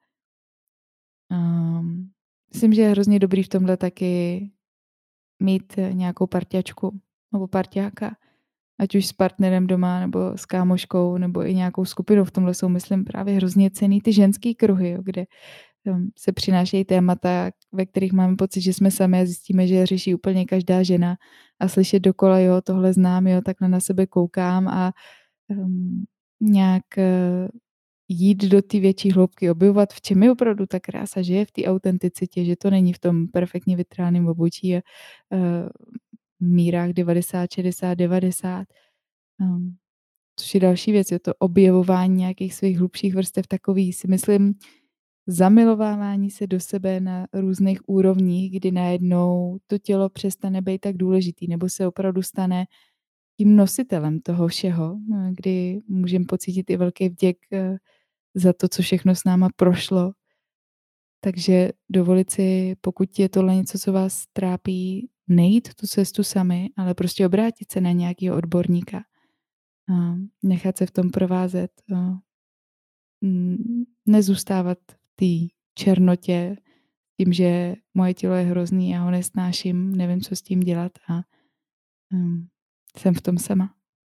Myslím, že je hrozně dobrý v tomhle taky mít nějakou parťačku nebo parťáka, ať už s partnerem doma, nebo s kámoškou, nebo i nějakou skupinou. V tomhle jsou, myslím, právě hrozně cenný ty ženský kruhy, jo, kde se přinášejí témata, ve kterých máme pocit, že jsme sami a zjistíme, že je řeší úplně každá žena a slyšet dokola, jo, tohle znám, jo, takhle na sebe koukám a nějak jít do té větší hloubky, objevovat, v čem je opravdu ta krása, že je v té autenticitě, že to není v tom perfektně vytráném obočí a mírách 90, 60, 90. Což je další věc, je to objevování nějakých svých hlubších vrstev, takový si myslím zamilovávání se do sebe na různých úrovních, kdy najednou to tělo přestane být tak důležitý, nebo se opravdu stane tím nositelem toho všeho, kdy můžeme pocítit i velký vděk za to, co všechno s náma prošlo. Takže dovolit si, pokud je tohle něco, co vás trápí, nejít tu cestu sami, ale prostě obrátit se na nějakého odborníka. Nechat se v tom provázet. Nezůstávat v té černotě tím, že moje tělo je hrozný, já ho nesnáším, nevím, co s tím dělat a jsem v tom sama.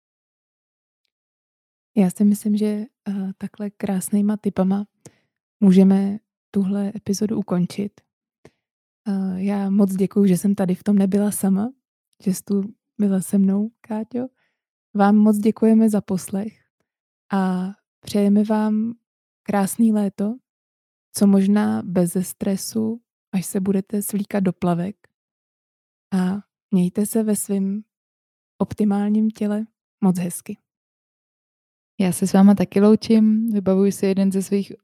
Já si myslím, že takhle krásnýma tipama můžeme tuhle epizodu ukončit. Já moc děkuju, že jsem tady v tom nebyla sama, že jsi tu byla se mnou, Káťo. Vám moc děkujeme za poslech a přejeme vám krásný léto, co možná beze stresu, až se budete svlíkat do plavek. A mějte se ve svém optimálním těle moc hezky. Já se s váma taky loučím, vybavuji si jeden ze svých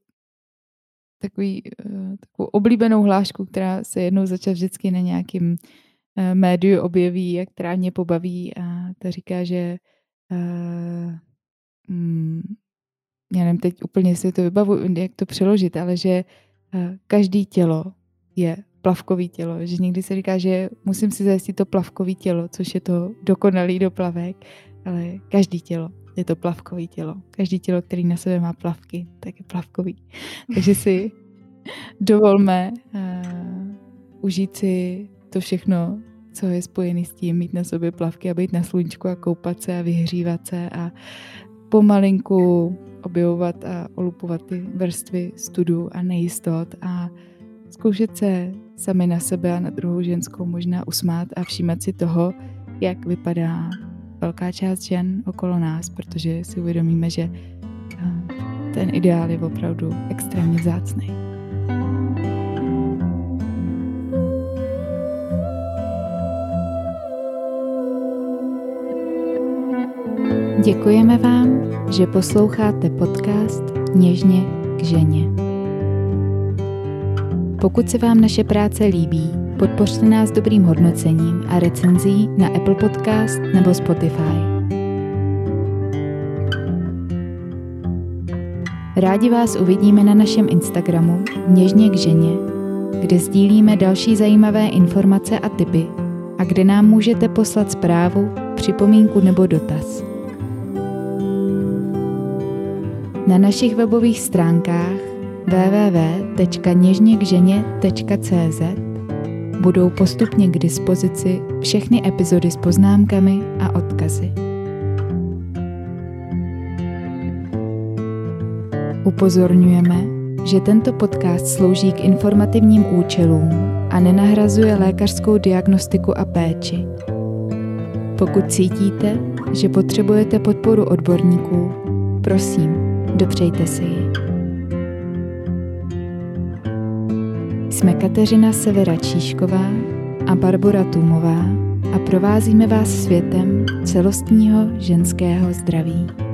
takovou oblíbenou hlášku, která se jednou za čas vždycky na nějakým médiu objeví a která mě pobaví a ta říká, že já nevím teď úplně, jestli to vybavuji, jak to přeložit, ale že každý tělo je plavkový tělo, že někdy se říká, že musím si zajistit to plavkový tělo, což je to dokonalý do plavek, ale každý tělo je to plavkový tělo. Každý tělo, který na sebe má plavky, tak je plavkový. Takže si dovolme užít si to všechno, co je spojené s tím, mít na sobě plavky a být na sluníčku a koupat se a vyhřívat se a pomalinku objevovat a olupovat ty vrstvy studu a nejistot a zkoušet se sami na sebe a na druhou ženskou možná usmát a všímat si toho, jak vypadá velká část žen okolo nás, protože si uvědomíme, že ten ideál je opravdu extrémně vzácný. Děkujeme vám, že posloucháte podcast Něžně k ženě. Pokud se vám naše práce líbí, podpořte nás dobrým hodnocením a recenzí na Apple Podcast nebo Spotify. Rádi vás uvidíme na našem Instagramu Něžně k ženě, kde sdílíme další zajímavé informace a tipy a kde nám můžete poslat zprávu, připomínku nebo dotaz. Na našich webových stránkách www.něžněkženě.cz budou postupně k dispozici všechny epizody s poznámkami a odkazy. Upozorňujeme, že tento podcast slouží k informativním účelům a nenahrazuje lékařskou diagnostiku a péči. Pokud cítíte, že potřebujete podporu odborníků, prosím, dopřejte si ji. Jsme Kateřina Severa Číšková a Barbora Tůmová a provázíme vás světem celostního ženského zdraví.